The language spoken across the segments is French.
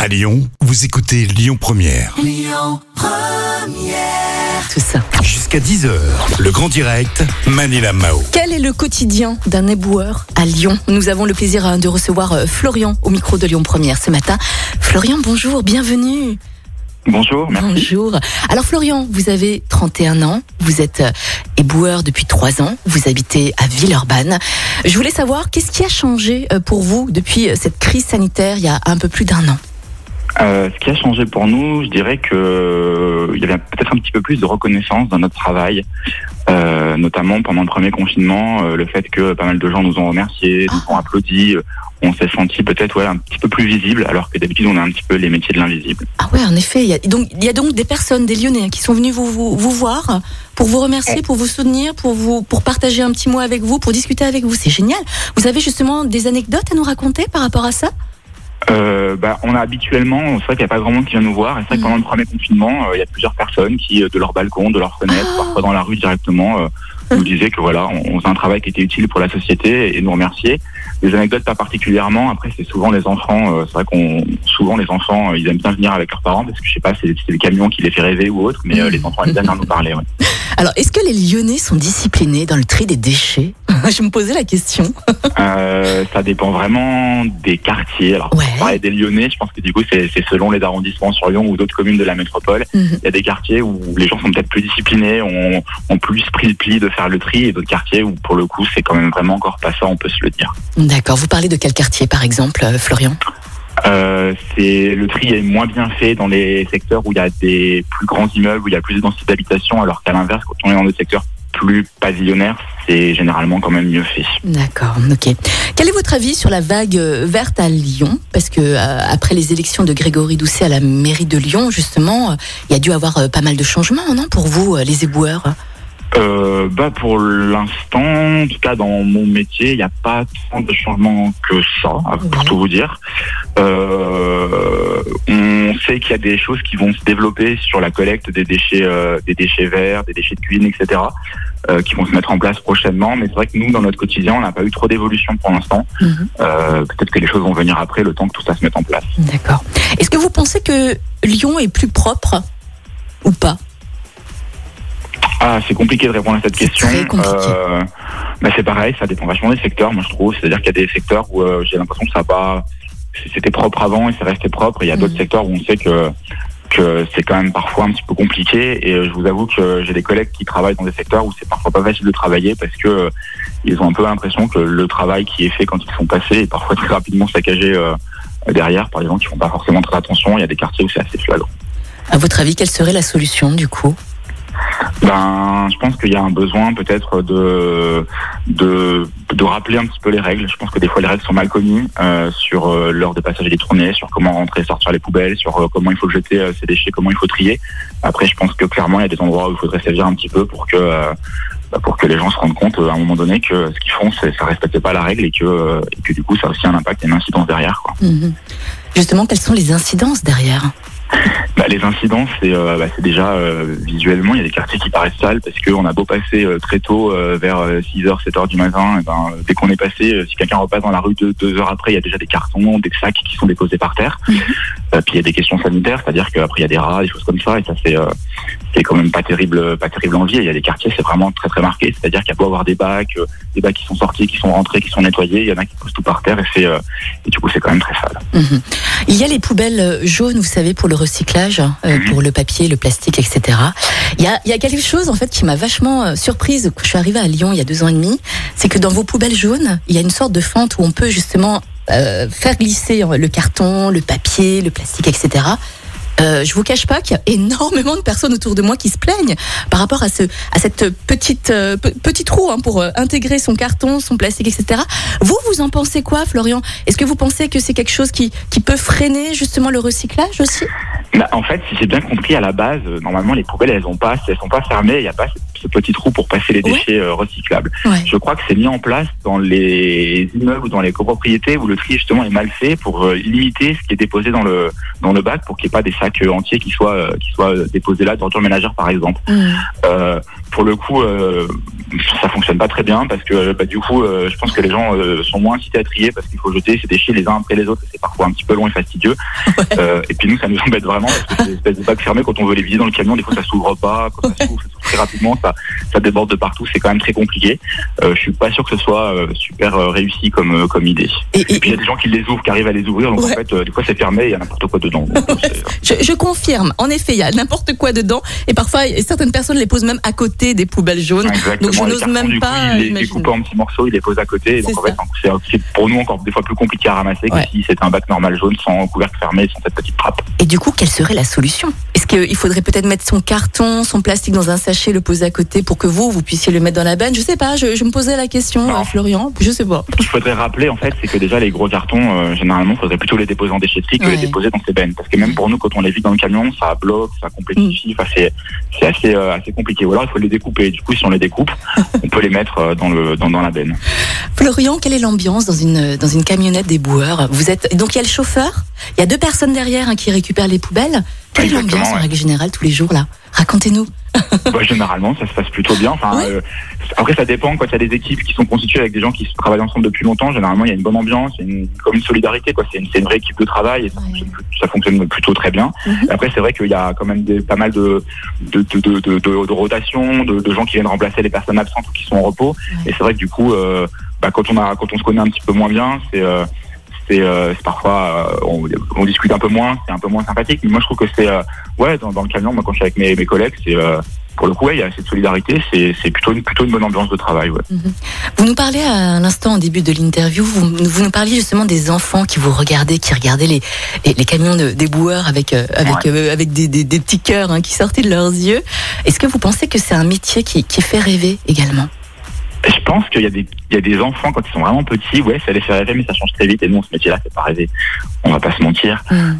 À Lyon, vous écoutez Lyon Première. Lyon Première. Tout ça. Jusqu'à 10h, le grand direct, Manila Mao. Quel est le quotidien d'un éboueur à Lyon? Nous avons le plaisir de recevoir Florian au micro de Lyon Première ce matin. Florian, bonjour, bienvenue. Bonjour, merci. Bonjour. Alors Florian, vous avez 31 ans, vous êtes éboueur depuis 3 ans, vous habitez à Villeurbanne. Je voulais savoir, qu'est-ce qui a changé pour vous depuis cette crise sanitaire il y a un peu plus d'1 an? Ce qui a changé pour nous, je dirais que il y avait peut-être un petit peu plus de reconnaissance dans notre travail, notamment pendant le premier confinement, le fait que pas mal de gens nous ont remerciés, nous ont applaudi. On s'est senti peut-être un petit peu plus visible, alors que d'habitude on a un petit peu les métiers de l'invisible. Ah ouais, en effet, il y a donc des personnes, des Lyonnais qui sont venus vous voir pour vous remercier, pour vous soutenir, pour partager un petit mot avec vous, pour discuter avec vous. C'est génial. Vous avez justement des anecdotes à nous raconter par rapport à ça? On a habituellement, c'est vrai qu'il n'y a pas grand monde qui vient nous voir, et c'est vrai que pendant le premier confinement, il y a plusieurs personnes qui, de leur balcon, de leur fenêtre, parfois dans la rue directement, nous disaient que voilà, on faisait un travail qui était utile pour la société et nous remercier. Des anecdotes pas particulièrement, après c'est souvent les enfants, c'est vrai souvent les enfants, ils aiment bien venir avec leurs parents, parce que je sais pas, c'est le camion qui les fait rêver ou autre, mais les enfants aiment bien venir nous parler, ouais. Alors, est-ce que les Lyonnais sont disciplinés dans le tri des déchets? Je me posais la question. Ça dépend vraiment des quartiers. Alors, ouais. Pareil, des Lyonnais, je pense que du coup, c'est selon les arrondissements sur Lyon ou d'autres communes de la métropole. Il y a des quartiers où les gens sont peut-être plus disciplinés, ont plus pris le pli de faire le tri, et d'autres quartiers où, pour le coup, c'est quand même vraiment encore pas ça, on peut se le dire. D'accord. Vous parlez de quel quartier, par exemple, Florian? Le tri est moins bien fait dans les secteurs où il y a des plus grands immeubles, où il y a plus de densité d'habitation, alors qu'à l'inverse, quand on est dans des secteurs plus pavillonnaires, c'est généralement quand même mieux fait. D'accord, ok. Quel est votre avis sur la vague verte à Lyon? Parce que après les élections de Grégory Doucet à la mairie de Lyon, justement, il y a dû avoir pas mal de changements, non, pour vous, les éboueurs? Pour l'instant, en tout cas dans mon métier, il n'y a pas tant de changements que ça, pour tout vous dire. On sait qu'il y a des choses qui vont se développer sur la collecte des déchets verts, des déchets de cuisine, etc., qui vont se mettre en place prochainement. Mais c'est vrai que nous, dans notre quotidien, on n'a pas eu trop d'évolution pour l'instant. Peut-être que les choses vont venir après, le temps que tout ça se mette en place. D'accord. Est-ce que vous pensez que Lyon est plus propre ou pas? C'est compliqué de répondre à cette question. Très compliqué. C'est pareil, ça dépend vachement des secteurs, moi je trouve. C'est-à-dire qu'il y a des secteurs où j'ai l'impression que c'était propre avant et c'est resté propre. Et il y a d'autres secteurs où on sait que c'est quand même parfois un petit peu compliqué. Et je vous avoue que j'ai des collègues qui travaillent dans des secteurs où c'est parfois pas facile de travailler parce que ils ont un peu l'impression que le travail qui est fait quand ils sont passés est parfois très rapidement saccagé derrière par les gens qui font pas forcément très attention. Il y a des quartiers où c'est assez flagrant. À votre avis, quelle serait la solution du coup? Je pense qu'il y a un besoin peut-être de rappeler un petit peu les règles. Je pense que des fois les règles sont mal connues sur l'heure de passage détourné, sur comment rentrer et sortir les poubelles, sur comment il faut jeter ses déchets, comment il faut trier. Après, je pense que clairement il y a des endroits où il faudrait sévir un petit peu pour que les gens se rendent compte à un moment donné que ce qu'ils font, ça respecte pas la règle et que du coup ça a aussi un impact et une incidence derrière, quoi. Justement, quelles sont les incidences derrière? Les incidents, c'est déjà visuellement, il y a des quartiers qui paraissent sales parce qu'on a beau passer très tôt, vers 6h, 7h du matin, dès qu'on est passé, si quelqu'un repasse dans la rue 2 heures après, il y a déjà des cartons, des sacs qui sont déposés par terre. Puis il y a des questions sanitaires, c'est-à-dire qu'après il y a des rats, des choses comme ça, et ça c'est quand même pas terrible en vie. Et il y a des quartiers, c'est vraiment très très marqué, c'est-à-dire qu'il y a beau avoir des bacs qui sont sortis, qui sont rentrés, qui sont nettoyés, il y en a qui posent tout par terre et du coup c'est quand même très sale. Il y a les poubelles jaunes, vous savez, pour le recyclage, pour le papier, le plastique, etc. Il y a quelque chose en fait qui m'a vachement surprise quand je suis arrivée à Lyon il y a 2 ans et demi, c'est que dans vos poubelles jaunes, il y a une sorte de fente où on peut justement faire glisser le carton, le papier, le plastique, etc. Je vous cache pas qu'il y a énormément de personnes autour de moi qui se plaignent par rapport à cette petit trou pour intégrer son carton, son plastique, etc. Vous en pensez quoi, Florian? Est-ce que vous pensez que c'est quelque chose qui peut freiner justement le recyclage aussi? En fait, si j'ai bien compris, à la base, normalement les poubelles elles sont pas fermées, il n'y a pas ce petit trou pour passer les déchets recyclables. Ouais. Je crois que c'est mis en place dans les immeubles ou dans les copropriétés où le tri justement est mal fait pour limiter ce qui est déposé dans le bac pour qu'il n'y ait pas des sacs entiers qui soient déposés là, d'ordures ménagères par exemple. pour le coup, ça fonctionne pas très bien parce que du coup, je pense que les gens sont moins incités à trier parce qu'il faut jeter ces déchets les uns après les autres. Et c'est parfois un petit peu long et fastidieux. Et puis nous, ça nous embête vraiment parce que c'est des espèces de bacs fermés. Quand on veut les vider dans le camion, des fois ça s'ouvre pas. Quand ça s'ouvre très rapidement, ça déborde de partout. C'est quand même très compliqué. Je suis pas sûr que ce soit super réussi comme idée. Et puis il y a des gens qui les ouvrent, qui arrivent à les ouvrir. Donc en fait, des fois c'est fermé, il y a n'importe quoi dedans. Donc, je confirme. En effet, il y a n'importe quoi dedans. Et parfois, certaines personnes les posent même à côté des poubelles jaunes. Exactement. Donc je n'ose même pas. Il les coupe en petits morceaux, il les pose à côté. Et donc en fait, c'est pour nous encore des fois plus compliqué à ramasser que si c'était un bac normal jaune sans couvercle fermé, sans cette petite trappe. Et du coup, quelle serait la solution ? Est-ce qu'il faudrait peut-être mettre son carton, son plastique dans un sachet, le poser à côté pour que vous puissiez le mettre dans la benne ? Je sais pas, je me posais la question, Florian, je sais pas. Ce qu'il faudrait rappeler en fait, c'est que déjà les gros cartons, généralement, il faudrait plutôt les déposer en déchetterie que les déposer dans ces bennes. Parce que même pour nous, quand on les vide dans le camion, ça bloque, ça complexifie, c'est assez compliqué. Ou alors il faut les découper. Du coup, si on les découpe, on peut les mettre dans la benne. Florian, quelle est l'ambiance dans une camionnette des boueurs ? Donc il y a le chauffeur, il y a 2 personnes derrière qui récupèrent les poubelles. Quelle est l'ambiance en règle générale tous les jours là ? Racontez-nous. Généralement, ça se passe plutôt bien. Après, ça dépend. Quand il y a des équipes qui sont constituées avec des gens qui travaillent ensemble depuis longtemps, généralement, il y a une bonne ambiance, comme une solidarité. C'est une vraie équipe de travail et ça fonctionne plutôt très bien. Après, c'est vrai qu'il y a quand même pas mal de rotation, de gens qui viennent remplacer les personnes absentes ou qui sont en repos. Et c'est vrai que du coup, quand on se connaît un petit peu moins bien, c'est parfois on discute un peu moins, c'est un peu moins sympathique. Mais moi, je trouve que c'est dans le camion, moi quand je suis avec mes collègues, c'est pour le coup, il y a cette solidarité, c'est plutôt une bonne ambiance de travail. Vous nous parlez à l'instant, en début de l'interview, vous nous parliez justement des enfants qui vous regardaient, qui regardaient les camions des boueurs avec des petits cœurs qui sortaient de leurs yeux. Est-ce que vous pensez que c'est un métier qui fait rêver également ? Je pense qu'il y a des enfants, quand ils sont vraiment petits, ça les fait rêver, mais ça change très vite. Et nous, ce métier-là, c'est pas rêver. On va pas se mentir.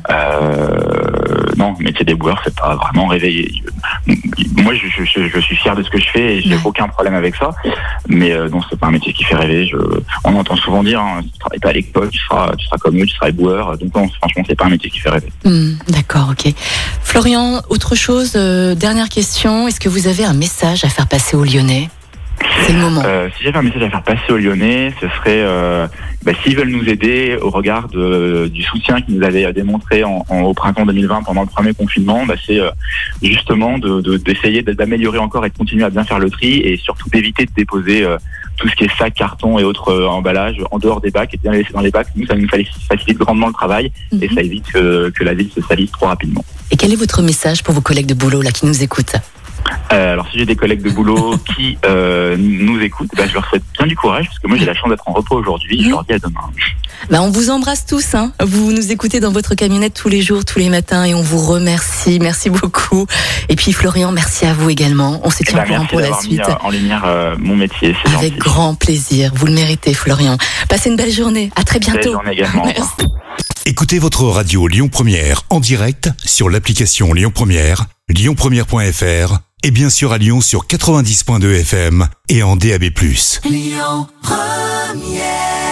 Non, le métier des boueurs, c'est pas vraiment rêver. Moi, je suis fier de ce que je fais et j'ai aucun problème avec ça. Mais non, c'est pas un métier qui fait rêver. On entend souvent dire, si tu travailles pas à l'école, tu seras comme eux, tu seras éboueur. Donc non, franchement, c'est pas un métier qui fait rêver. D'accord, ok. Florian, autre chose, dernière question. Est-ce que vous avez un message à faire passer aux Lyonnais ? C'est le moment. Si j'avais un message à faire passer aux Lyonnais, ce serait s'ils veulent nous aider au regard du soutien qu'ils nous avaient démontré au printemps 2020 pendant le premier confinement, c'est justement d'essayer d'améliorer encore et de continuer à bien faire le tri et surtout d'éviter de déposer tout ce qui est sac, carton et autres emballages en dehors des bacs et de bien les laisser dans les bacs. Nous, ça nous facilite grandement le travail et ça évite que la ville se salisse trop rapidement. Et quel est votre message pour vos collègues de boulot là qui nous écoutent ? Alors si j'ai des collègues de boulot qui nous écoutent, je leur souhaite bien du courage parce que moi j'ai la chance d'être en repos aujourd'hui. Je leur dis à demain. On vous embrasse tous. Vous nous écoutez dans votre camionnette tous les jours, tous les matins et on vous remercie. Merci beaucoup. Et puis Florian, merci à vous également. On se tient au courant pour la suite. Merci d'avoir mis en lumière mon métier. C'est avec gentil. Grand plaisir. Vous le méritez, Florian. Passez une belle journée. À très bientôt. Belle journée également. Merci. Écoutez votre radio Lyon Première en direct sur l'application Lyon Première, lyonpremière.fr et bien sûr à Lyon sur 90.2 FM et en DAB+. Lyon Première.